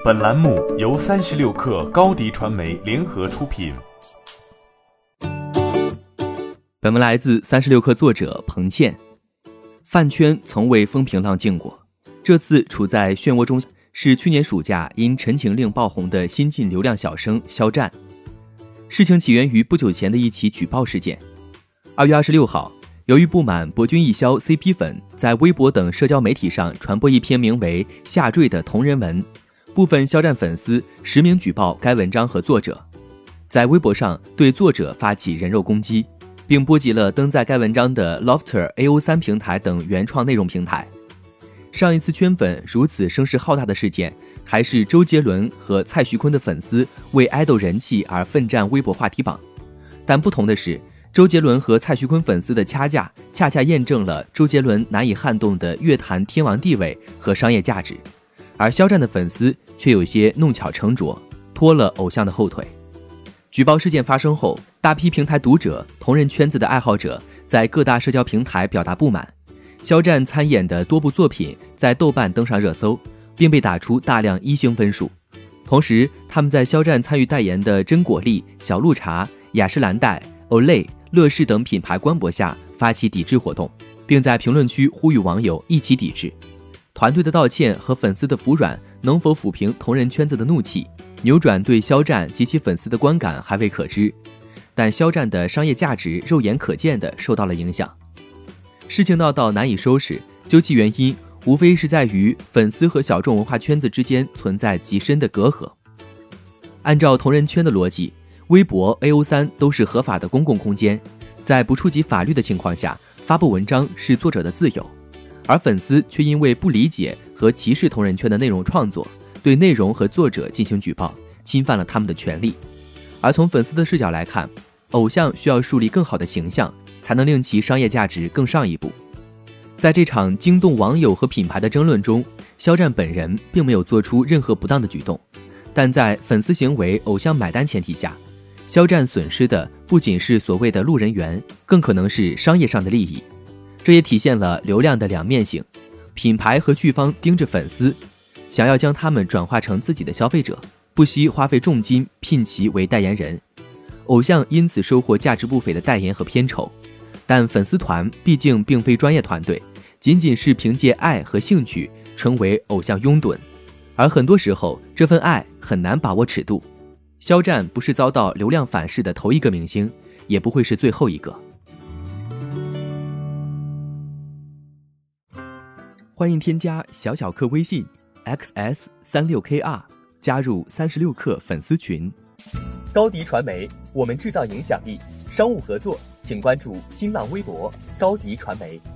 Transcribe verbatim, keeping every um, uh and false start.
本栏目由三十六氪高迪传媒联合出品。 本文来自三十六氪作者彭倩。饭圈从未风平浪静过，这次处在漩涡中是去年暑假因《陈情令》爆红的新晋流量小生肖战。事情起源于不久前的一起举报事件。二月二十六号，由于不满博君一肖 C P 粉在微博等社交媒体上传播一篇名为《下坠》的同人文，部分肖战粉丝实名举报该文章和作者，在微博上对作者发起人肉攻击，并波及了登载该文章的 Lofter、A O 三 平台等原创内容平台。上一次圈粉如此声势浩大的事件，还是周杰伦和蔡徐坤的粉丝为爱豆人气而奋战微博话题榜。但不同的是，周杰伦和蔡徐坤粉丝的掐架恰恰验证了周杰伦难以撼动的乐坛天王地位和商业价值，而肖战的粉丝却有些弄巧成拙，拖了偶像的后腿。举报事件发生后，大批平台读者、同人圈子的爱好者在各大社交平台表达不满。肖战参演的多部作品在豆瓣登上热搜，并被打出大量一星分数。同时，他们在肖战参与代言的真果粒、小鹿茶、雅诗兰黛、Olay、乐事等品牌官博下发起抵制活动，并在评论区呼吁网友一起抵制。团队的道歉和粉丝的服软能否抚平同人圈子的怒气，扭转对肖战及其粉丝的观感还未可知，但肖战的商业价值肉眼可见地受到了影响。事情闹到难以收拾，究其原因，无非是在于粉丝和小众文化圈子之间存在极深的隔阂。按照同人圈的逻辑，微博、A O 三 都是合法的公共空间，在不触及法律的情况下，发布文章是作者的自由，而粉丝却因为不理解和歧视同人圈的内容创作，对内容和作者进行举报，侵犯了他们的权利。而从粉丝的视角来看，偶像需要树立更好的形象，才能令其商业价值更上一步。在这场惊动网友和品牌的争论中，肖战本人并没有做出任何不当的举动，但在粉丝行为偶像买单前提下，肖战损失的不仅是所谓的路人缘，更可能是商业上的利益。这也体现了流量的两面性，品牌和剧方盯着粉丝，想要将他们转化成自己的消费者，不惜花费重金聘其为代言人，偶像因此收获价值不菲的代言和片酬。但粉丝团毕竟并非专业团队，仅仅是凭借爱和兴趣成为偶像拥趸，而很多时候这份爱很难把握尺度。肖战不是遭到流量反噬的头一个明星，也不会是最后一个。欢迎添加小小客微信 X S 三六 K R 加入三十六氪粉丝群。 高迪传媒，我们制造影响力。商务合作请关注新浪微博高迪传媒。